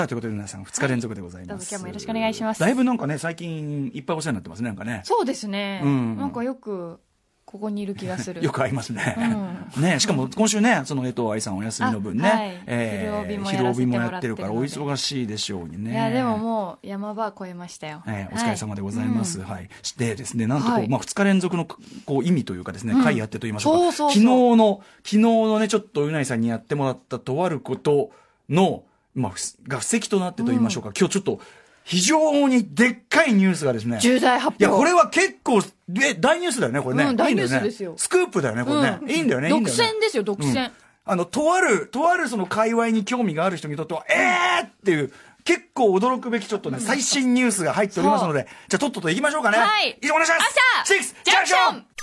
ということで皆さん2日連続でございます、 どうぞ今日もよろしくお願いします。 だいぶなんかね最近いっぱいお世話になってますね。なんかねそうですね、なんかよくここにいる気がする。 よく会いますね、ね。しかも今週ねその江藤愛さんお休みの分ね、昼帯もやってるからお忙しいでしょうにね。 いやでももう山場越えましたよ、 お疲れ様でございます。でですねなんと2日連続のこう意味というかですね、回やってと言いましょうか。昨日のねちょっとうないさんにやってもらったとあることのが布石となってと言いましょうか、今日ちょっと非常にでっかいニュースがですね、 重大発表。 いやこれは結構大ニュースだよねこれね、 大ニュースですよ。 スクープだよねこれね、いいんだよね。 独占ですよ独占、 とあるその界隈に興味がある人にとってはっていう結構驚くべきちょっとね最新ニュースが入っておりますので、じゃあとっとと行きましょうかね。以上お願いします。6ジャンクション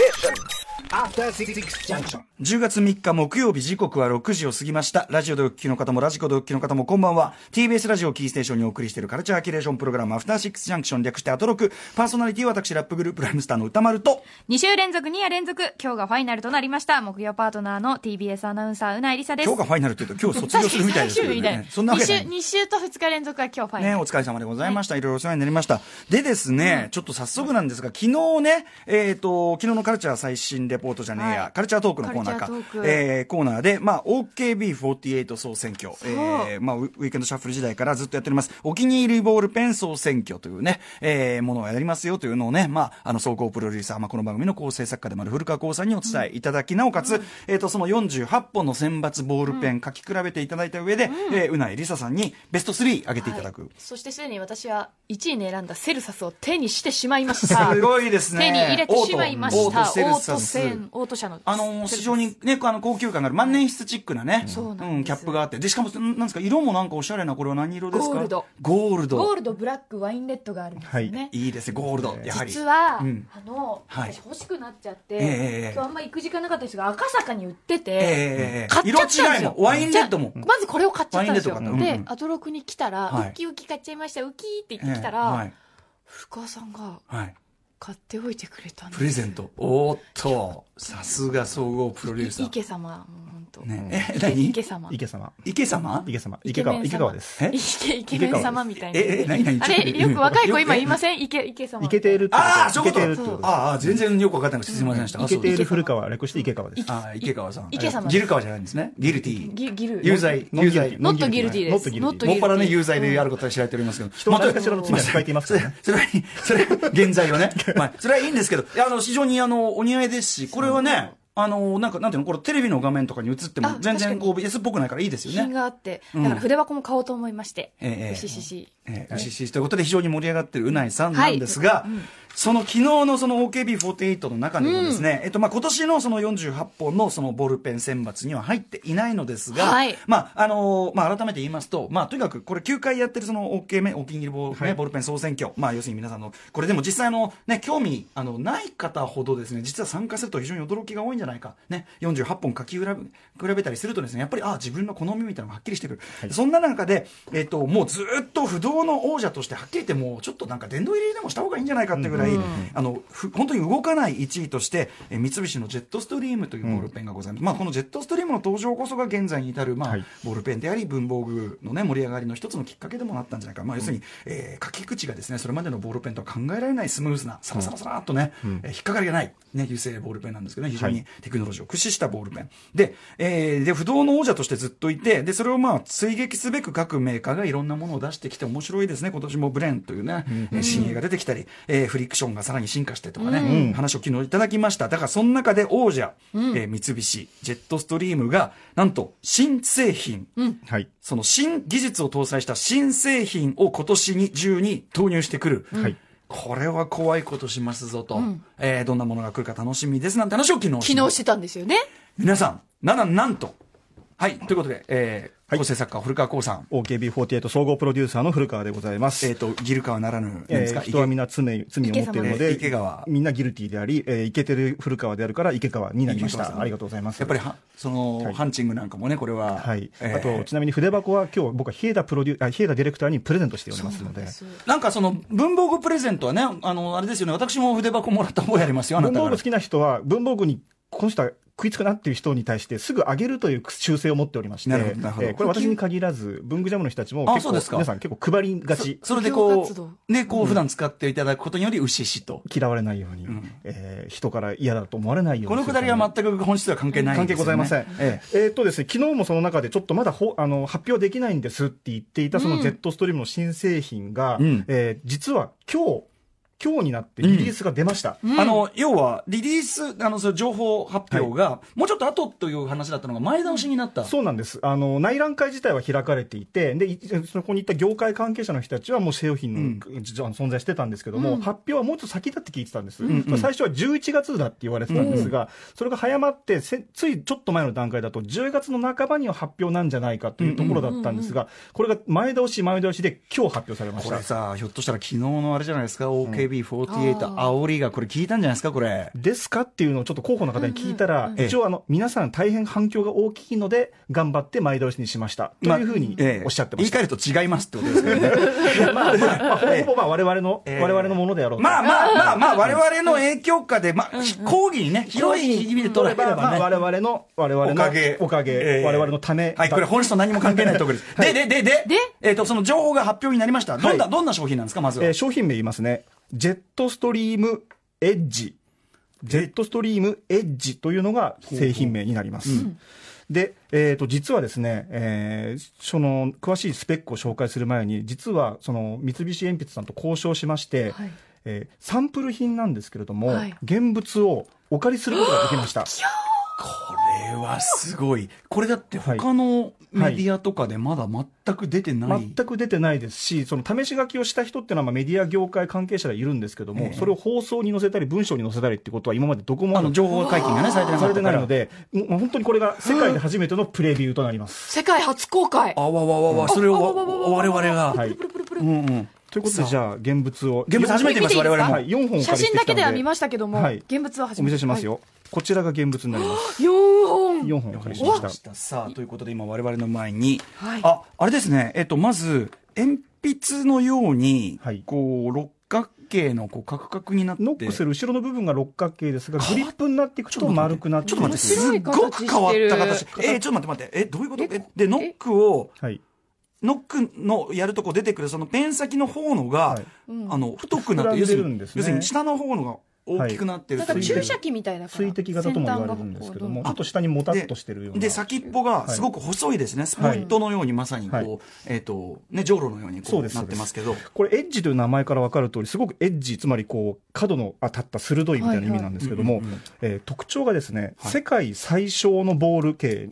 10月3日木曜日、時刻は6時を過ぎました。ラジオでお聞きの方もラジコでお聞きの方もこんばんは。 TBS ラジオキーステーションにお送りしているカルチャーキュレーションプログラムアフターシックスジャンクション、略してアトロク。パーソナリティは私ラップグループライムスターの歌丸と 2週連続2夜連続今日がファイナルとなりました木曜パートナーの TBS アナウンサーうないりさです。 今日がファイナルって言うと今日卒業するみたいですけどねそんなわけない。 2週と2日連続は今日ファイナル、 ね、お疲れ様でございました、いろいろお世話になりました。でですね、ちょっと早速なんですが昨日ね、昨日のカルチャー最新レポートじゃねえや、カルチャートークのコーナーか、コーナーで、OKB48 総選挙、ウィークエンドシャッフル時代からずっとやっておりますお気に入りボールペン総選挙というね、ものをやりますよというのをね、総合プロデューサー、この番組の構成作家でもある古川光さんにお伝えいただき、なおかつ、その48本の選抜ボールペン書き比べていただいた上で、うないりささんにベスト3上げていただく、 そしてすでに私は1位に選んだセルサスを手にしてしまいましたすごいですね。 手に入れてしまいました。オート社の非常にね高級感がある万年筆チックなね、キャップがあって、でしかもなんですか色もなんかおしゃれな、これは何色ですか？ゴールドブラックワインレッドがあるんですよね、 いいですねゴールド。やはり実は、私欲しくなっちゃって、今日あんま行く時間なかったですが赤坂に売ってて、買っちゃったんですよ。 ワインレッドもまずこれを買っちゃったんですよ。でアトロクに来たら、ウキウキ買っちゃいました、ウキーって言ってきたら、古川さんが買っておいてくれたんです。 プレゼント。おーっとさすが総合プロデューサー。 池様、もう本当。 何？ 池様。 池川です。 イケメン様みたいな。 何？ あれよく若い子今言いません？池様。 イケている。 そういうこと。全然よく分かってなくてすみませんでした。 イケている古川略して池川です。 池川さん。 池様。 ギル川じゃないんですね。ギルティー。有罪。 ノットギルティーです。 もっぱらね有罪であることは知られておりますけど。 人は誰かしらの罪は抱えていますからね。 それは現在よね。それはいいんですけど、非常にお似合いですし、これはね。なんていうの、これテレビの画面とかに映っても全然こう BS っぽくないからいいですよね。 品があって、だから筆箱も買おうと思いまして。うしししということで非常に盛り上がってるうないさんなんですが、その昨日のその OKB48 の中でもですね、今年のその48本のそのボールペン選抜には入っていないのですが、改めて言いますと、とにかくこれ9回やってるそのお気に入りボールペン総選挙、要するに皆さんのこれでも実際興味ない方ほどですね、実は参加すると非常に驚きが多いんじゃないかね、48本書き比べたりするとですね、やっぱり自分の好みみたいなのがはっきりしてくる、そんな中でもうずっと不動の王者としてはっきり言ってもうちょっとなんか殿堂入りでもした方がいいんじゃないかっていうぐらい、本当に動かない1位として三菱のジェットストリームというボールペンがございます、このジェットストリームの登場こそが現在に至る、ボールペンであり文房具の、ね、盛り上がりの一つのきっかけでもなったんじゃないか、要するに、書き口がですねそれまでのボールペンとは考えられないスムーズなサラサラサラっとね、引っかかりがない、ね、油性ボールペンなんですけどね、非常にテクノロジーを駆使したボールペンで、不動の王者としてずっといて、でそれを追撃すべく各メーカーがいろんなものを出してきて面白いですね。今年もブレンというね、新鋭が出てきたり、フリクションがさらに進化してとかね、話を昨日いただきました。だからその中で王者、三菱ジェットストリームがなんと新製品、その新技術を搭載した新製品を今年中に投入してくる、これは怖いことしますぞと、どんなものが来るか楽しみですなんて話を昨日してたんですよね。 皆さんなんとということで、構成作家古川光さん、 OKB48 総合プロデューサーの古川でございます。 ギル川ならぬ、 人はみんな罪を持っているので、 池川みんなギルティであり、イケてる古川であるから池川になりました。ありがとうございます。 やっぱりその、ハンチングなんかもね、これは、 あとちなみに筆箱は今日僕は日枝ディレクターにプレゼントしておりますので、 なんかその文房具プレゼントはね、あれですよね、私も筆箱もらった方やりますよ。 文房具好きな人は文房具にこの人は食いつくなっていう人に対してすぐ上げるという習性を持っておりまして、これ私に限らず文具ジャムの人たちも結構皆さん結構配りがち。 それでこう普段使っていただくことによりうししと嫌われないように、人から嫌だと思われないように。 このくだりは全く本質は関係ないんですよね。 関係ございません。ですね、昨日もその中でちょっとまだ発表できないんですって言っていたそのジェットストリームの新製品が、実は今日になってリリースが出ました。 要は、リリース、その情報発表が、もうちょっと後という話だったのが前倒しになった。 そうなんです。内覧会自体は開かれていて、で、そこに行った業界関係者の人たちはもう製品の、存在してたんですけども、発表はもうちょっと先だって聞いてたんです。最初は11月だって言われてたんですが、それが早まって、ついちょっと前の段階だと、10月の半ばには発表なんじゃないかというところだったんですが、これが前倒しで今日発表されました。 これさ、ひょっとしたら昨日のあれじゃないですか、OKB48、煽りがこれ聞いたんじゃないですか、これ。 ですかっていうのをちょっと候補の方に聞いたら、一応皆さん大変反響が大きいので、頑張って前倒しにしました。というふうにおっしゃってました。 言い換えると違いますってことですけどね。 ほぼ我々のものであろうと。 我々の影響下で、講義にね、広い意味で取れば、 我々のおかげ、我々のため。 はい、これ本質と何も関係ないところです。で、その情報が発表になりました。どんな商品なんですか、まずは。 商品名言いますね。ジェットストリームエッジ。ジェットストリームエッジというのが製品名になります。で、実はですね、その詳しいスペックを紹介する前に、実はその三菱鉛筆さんと交渉しまして、サンプル品なんですけれども、現物をお借りすることができました。 これはすごい。これだって他のメディアとかでまだ全く出てない、 全く出てないですし、その試し書きをした人っていうのはメディア業界関係者がいるんですけども、それを放送に載せたり文章に載せたりってことは今までどこも情報解禁がねされてないので、本当にこれが世界で初めてのプレビューとなります。 世界初公開。 それを我々が。 ということで、じゃあ現物初めて見ます。我々も 4本写真だけでは見ましたけども、現物は初めて。 お見せしますよ。こちらが現物になります。 4 本お借りしました。 さあ、ということで今我々の前に、あれですね、まず鉛筆のように、こう六角形のこうカクカクになって、 ノックする後ろの部分が六角形ですが、グリップになっていくと丸くなって、 ちょっと待って、すっごく変わった形。ちょっと待って、どういうこと？でノックを、ノックのやるとこ出てくるそのペン先の方のが、太くなって、要するに下の方のが大きくなってる。 なんか注射器みたいな水滴型とも言われるんですけども、ちょっと下にもたっとしてるような。 で、先っぽがすごく細いですね。スポットのようにまさにこう、ね、じょうろのようにこうなってますけど。 これエッジという名前から分かる通り、すごくエッジ、つまりこう、角の当たった鋭いみたいな意味なんですけども、特徴がですね、世界最小のボール径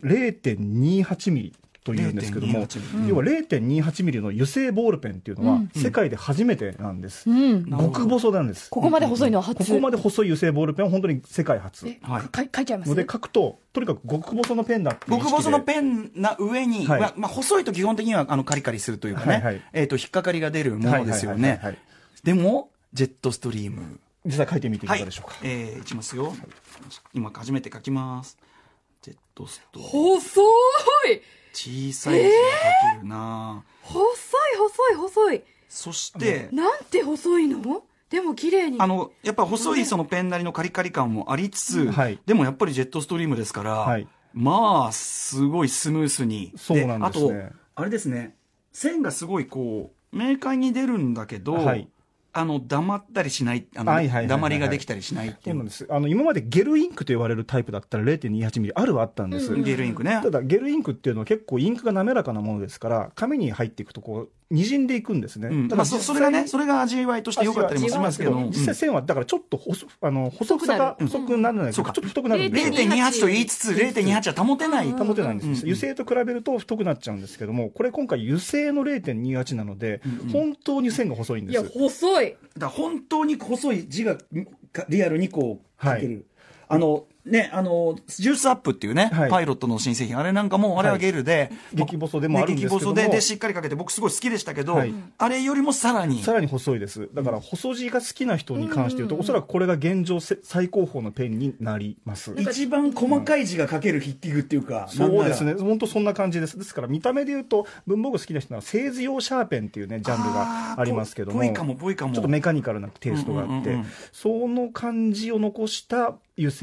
0.28 ミリ。というんですけども、要は 0.28 ミリの油性ボールペンっていうのは世界で初めてなんです。極細なんです。 ここまで細いのは初。 ここまで細い油性ボールペンは本当に世界初。 書いちゃいます。 ので書くと、とにかく極細のペンだっていう極細のペンな上に、細いと基本的にはカリカリするというかね、引っかかりが出るものですよね。でも、ジェットストリーム。 実際書いてみていかがでしょうか。 いきますよ。今初めて書きます。ジェットストリーム。 細い小さい字が書けるな、 細い。 そしてなんて細いの？でも綺麗にやっぱ細いそのペンなりのカリカリ感もありつつ、でもやっぱりジェットストリームですから、まあすごいスムースに。 そうなんですね。 あとあれですね、線がすごいこう明快に出るんだけど、黙ったりしない、黙りができたりしないっていう。 そうなんです。今までゲルインクと言われるタイプだったら 0.28 ミリあるはあったんです。 ゲルインクね。 ただゲルインクっていうのは結構インクが滑らかなものですから、紙に入っていくとこう滲んでいくんですね。 ただそれがね、それが味わいとして良かったりもしますけど、 実際線はだからちょっと細くさが細くならない。ちょっと太くなるんで。 0.28 と言いつつ 0.28 は保てない。 保てないんです。油性と比べると太くなっちゃうんですけども、これ今回油性の 0.28 なので、本当に線が細いんです。 いや細い。 だ本当に細い字がリアルにこう書ける。ジュースアップっていうね、パイロットの新製品、あれなんかも、あれはゲルで、 激細でもあるんですけども、 激細でしっかりかけて、僕すごい好きでしたけど、あれよりもさらに細いです。だから細字が好きな人に関して言うと、おそらくこれが現状最高峰のペンになります。 一番細かい字が書ける筆記具っていうか、 そうですね、本当そんな感じです。ですから見た目で言うと、文房具好きな人は製図用シャーペンっていうね、ジャンルがありますけども、 ぽいかもちょっとメカニカルなテイストがあって、その感じを残した油性ボール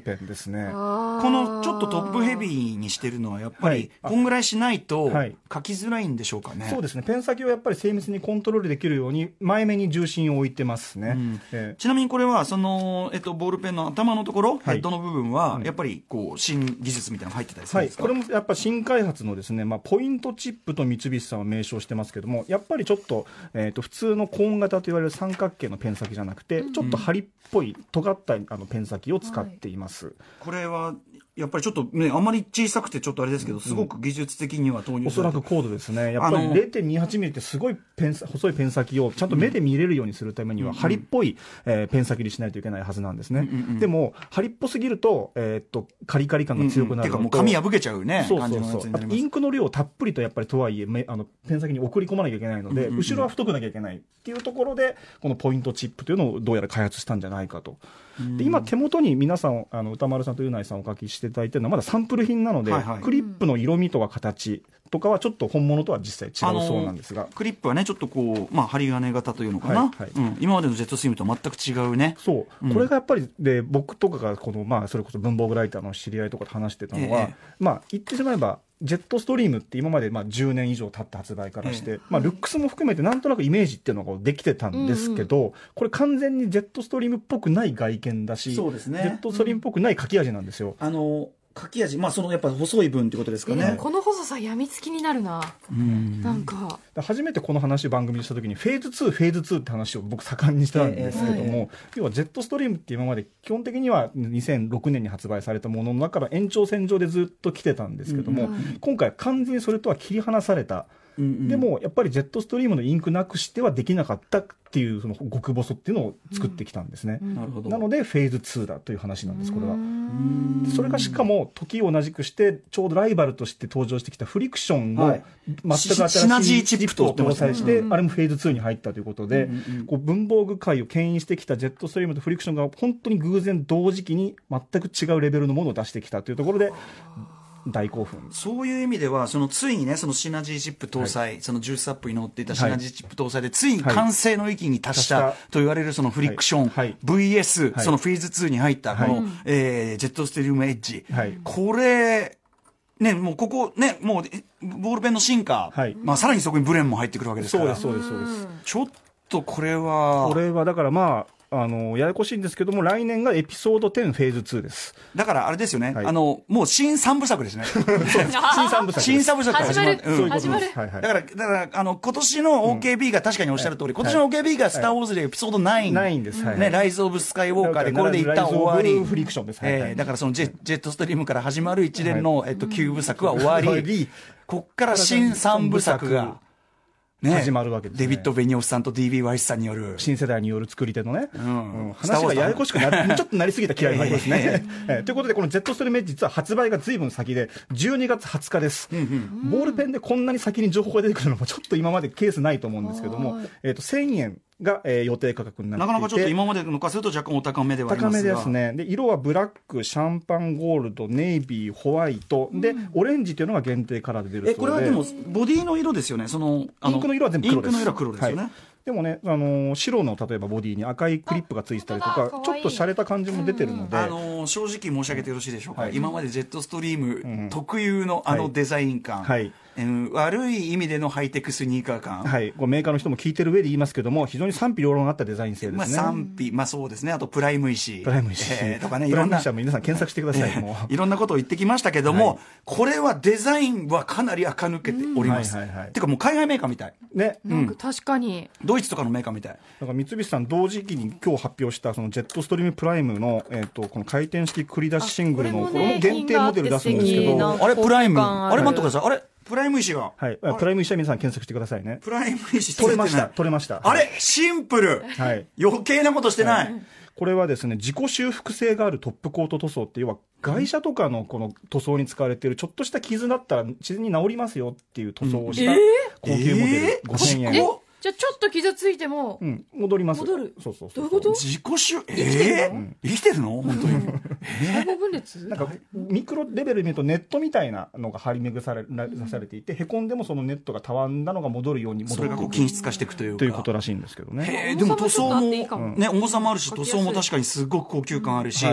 ペンですね。 このちょっとトップヘビーにしてるのはやっぱりこんぐらいしないと書きづらいんでしょうかね。 そうですね。ペン先をやっぱり精密にコントロールできるように前目に重心を置いてますね。 ちなみにこれはその、ボールペンの頭のところ、ヘッドの部分はやっぱりこう新技術みたいなのが入ってたりするんですか？ これもやっぱ新開発のですね、ポイントチップと三菱さんは名称してますけども、やっぱりちょっと、普通のコーン型と言われる三角形のペン先じゃなくて、ちょっと針っぽい尖ったペン先を使っています。 これはやっぱりちょっとね、あまり小さくてちょっとあれですけど、すごく技術的には投入されて、 おそらく高度ですね。やっぱり 0.28 ミリってすごい細いペン先をちゃんと目で見れるようにするためには、針っぽい、ペン先にしないといけないはずなんですね。でも針っぽすぎると、カリカリ感が強くなるのと、 もう紙破けちゃうね。 そうそうそう。あとインクの量をたっぷりとやっぱりとはいえペン先に送り込まなきゃいけないので、後ろは太くなきゃいけないっていうところで、このポイントチップというのをどうやら開発したんじゃないかと。で今手元に皆さん歌丸さんとうないさんお書きしていただいてるのはまだサンプル品なので、クリップの色味とか形とかはちょっと本物とは実際違うそうなんですが、 クリップはねちょっとこう、針金型というのかな、今までのジェットストリームとは全く違うね。 そう、これがやっぱりで僕とかがこの、それこそ文房具ライターの知り合いとかと話してたのは、言ってしまえばジェットストリームって今まで10年以上経った発売からして、ルックスも含めてなんとなくイメージっていうのができてたんですけど、これ完全にジェットストリームっぽくない外見だし、 そうですね、 ジェットストリームっぽくない書き味なんですよ。 書き味、そのやっぱ細い分ってことですかね。 この細さやみつきになるな。なんか初めてこの話番組にした時にフェーズ2って話を僕盛んにしたんですけども、要はジェットストリームって今まで基本的には2006年に発売されたものの中の延長線上でずっと来てたんですけども、今回完全にそれとは切り離された。でもやっぱりジェットストリームのインクなくしてはできなかったっていうその極細っていうのを作ってきたんですね。なのでフェーズ2だという話なんです。これはそれがしかも時を同じくしてちょうどライバルとして登場してきたフリクションを全く新しいチップを搭載して、あれもフェーズ2に入ったということで、こう文房具界を牽引してきたジェットストリームとフリクションが本当に偶然同時期に全く違うレベルのものを出してきたというところで大興奮。 そういう意味ではついにねそのシナジーチップ搭載、そのジュースアップに乗っていたシナジーチップ搭載でついに完成の域に達したと言われるそのフリクション、VS、そのフェーズ2に入ったこの、ジェットストリームエッジ、これね、もうここね、もうボールペンの進化、さらにそこにブレンも入ってくるわけですから。 そうですちょっとこれはだからややこしいんですけども、来年がエピソード10フェーズ2です。 だからあれですよね、もう新3部作ですね。 新3部作始まる。 だから今年の OKB が確かにおっしゃる通り、今年の OKB がスター・ウォーズでエピソード9 です。 ライズ・オブ・スカイウォーカーでこれで一旦終わり、 フリクションです。 だからそのジェットストリームから始まる一連の9部作は終わり、こっから新3部作が始まるわけですね。 デビッド・ベニオフさんと D.B. ワイスさんによる新世代による作り手のね、話がややこしくなるちょっとなりすぎた嫌いがありますね。ということでこのジェットストリームエッジ実は発売が随分先で12月20日です。ボールペンでこんなに先に情報が出てくるのもちょっと今までケースないと思うんですけども、1000円が、予定価格になっていて、 なかなかちょっと今までの化すると若干お高めではありますが、 高めですね。で色はブラック、シャンパンゴールド、ネイビー、ホワイトで、オレンジというのが限定カラーで出るそうで、 これはでもボディの色ですよね。そのインクの色は全部黒です。 インクの色は黒ですよね。 でもね、白の例えばボディに赤いクリップがついてたりとか、ちょっと洒落た感じも出てるので、 正直申し上げてよろしいでしょうか、今までジェットストリーム特有のデザイン感、悪い意味でのハイテクスニーカー感、 こうメーカーの人も聞いてる上で言いますけども、非常に賛否両論あったデザイン性ですね。 賛否、そうですね。あとプライム石とかね、 プライム石は皆さん検索してください。もういろんなことを言ってきましたけども、これはデザインはかなり垢抜けております。てかもう海外メーカーみたいね。 なんか確かにドイツとかのメーカーみたい。 だから三菱さん同時期に今日発表したそのジェットストリームプライムのこの回転式繰り出しシングルのこれも限定モデル出すんですけど、 あれプライム、あれ待ってください、あれプライム石が、 プライム石は皆さん検索してくださいね。 プライム石取れました。 あれシンプル、余計なことしてない。 これはですね、自己修復性があるトップコート塗装っていう、要は外車とかのこの塗装に使われているちょっとした傷だったら自然に治りますよっていう塗装をした高級モデル、5000円。 じゃあちょっと傷ついても、 戻ります。 戻る。 そう。どういうこと？ 自己修復、生きてるの本当に。 細胞分裂？ なんかミクロレベルで見るとネットみたいなのが張り巡らされていて、へこんでもそのネットがたわんだのが戻るようにそれがこう均質化していくということらしいんですけどね。 でも塗装もね、重さもあるし塗装も確かにすごく高級感あるし、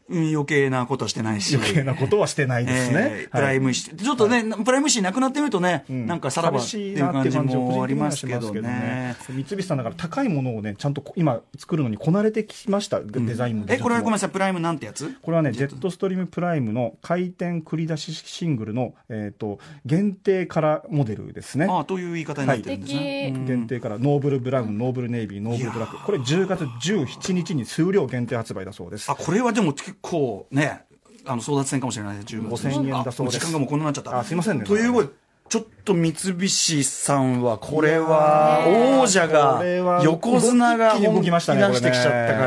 余計なことはしてないし。 余計なことはしてないですね。 プライムシー、ちょっとね、プライムシーなくなってみるとね、なんかさらばっていう感じもありますけどね。 三菱さんだから高いものをね、ちゃんと今作るのにこなれてきました、デザインも。 これはごめんなさい、プライムなんてやつ？ これはね、ジェットストリームプライムの回転繰り出しシングルの、限定カラーモデルですね。 という言い方になってるんですね。 限定カラー、ノーブルブラウン、ノーブルネイビー、ノーブルブラック。これ10月17日に数量限定発売だそうです。 これはでも結構ね、争奪戦かもしれないです。 5000円だそうです。 時間がもうこんなになっちゃった。 すいませんね。 ということで、ちょっと三菱さんは、これは、王者が、横綱が動きましたね、 出してきちゃったから。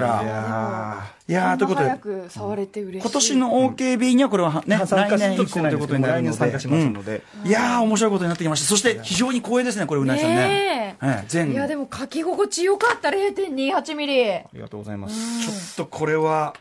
いやー、ということで、 早く触れて嬉しい。 今年の OKB にはこれはね、来年以降ということになるので、 参加しますので。 いやー、面白いことになってきました。そして、非常に光栄ですね、これ、うなぎさんね。 いや、でも書き心地よかった、0.28 ミリ。 ありがとうございます。 ちょっとこれは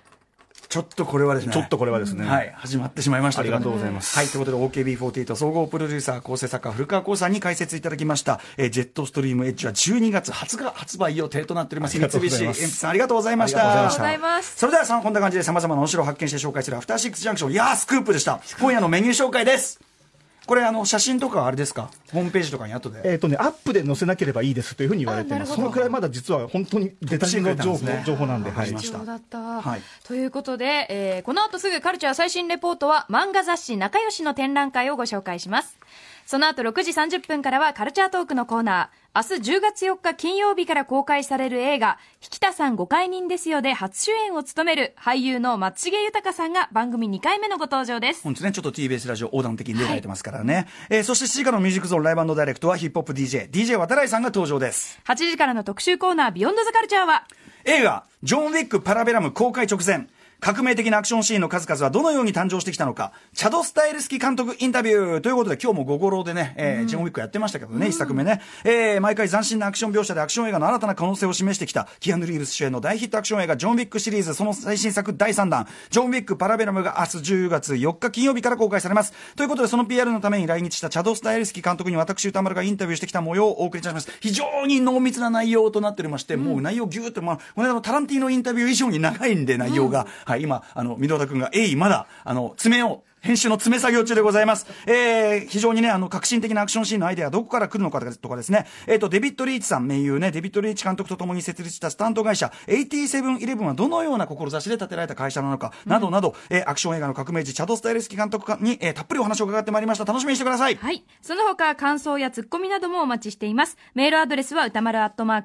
ですね。はい、始まってしまいました。 ありがとうございます。 はい、ということで OKB48 総合プロデューサー構成作家古川光さんに解説いただきました。ジェットストリームエッジは12月20日発売予定となっております。三菱鉛筆さんありがとうございました。 ありがとうございます。 それではこんな感じで様々な面白を発見して紹介するアフターシックスジャンクション。いやー、スクープでした。今夜のメニュー紹介です。これ写真とかあれですか、ホームページとかに後でアップで載せなければいいですというふうに言われています。そのくらいまだ実は本当に出たての情報なんで、 はい、貴重だった、ということで、この後すぐカルチャー最新レポートは漫画雑誌仲良しの展覧会をご紹介します。その後6時30分からはカルチャートークのコーナー。明日10月4日金曜日から公開される映画引田さんご解任ですよで初主演を務める俳優の松重豊さんが番組2回目のご登場です。 本日ね、ちょっと TBS ラジオ横断的に出られてますからね。そして7時からのミュージックゾーンライブ&ダイレクトはヒップホップ DJ 渡来さんが登場です。 8時からの特集コーナービヨンドザカルチャーは映画ジョン・ウィック・パラベラム公開直前、革命的なアクションシーンの数々はどのように誕生してきたのか、チャド・スタイルスキ監督インタビューということで、今日も午後ろでね、ジョン・ウィックやってましたけどね、一作目ね、毎回斬新なアクション描写でアクション映画の新たな可能性を示してきたキアヌ・リーブス主演の大ヒットアクション映画ジョン・ウィックシリーズ、その最新作第3弾ジョン・ウィック・パラベラムが明日10月4日金曜日から公開されます。ということで、その PR のために来日したチャド・スタイルスキ監督に私歌丸がインタビューしてきた模様をお送りいたします。非常に濃密な内容となっておりまして、もう内容ギューッと、この間のタランティーノインタビュー以上に長いんで、内容が、はい、今箕輪田君がまだ爪を編集の詰め作業中でございます。非常にね、革新的なアクションシーンのアイデアはどこから来るのかとかですね。デビッド・リーチさん、盟友ね、デビッド・リーチ監督と共に設立したスタント会社、8711はどのような志で建てられた会社なのか、などなど、アクション映画の革命児、チャド・スタイルスキ監督に、たっぷりお話を伺ってまいりました。楽しみにしてください。 はい。その他、感想やツッコミなどもお待ちしています。メールアドレスは歌丸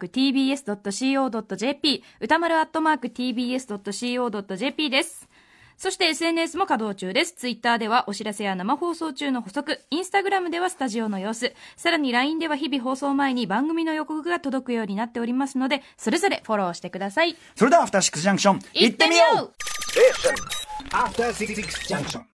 @tbs.co.jp、歌丸@tbs.co.jp です。そして SNS も稼働中です。ツイッターではお知らせや生放送中の補足、インスタグラムではスタジオの様子、さらに LINE では日々放送前に番組の予告が届くようになっておりますので、それぞれフォローしてください。 それではアフターシックスジャンクション行ってみよう。 アフターシックスジャンクション。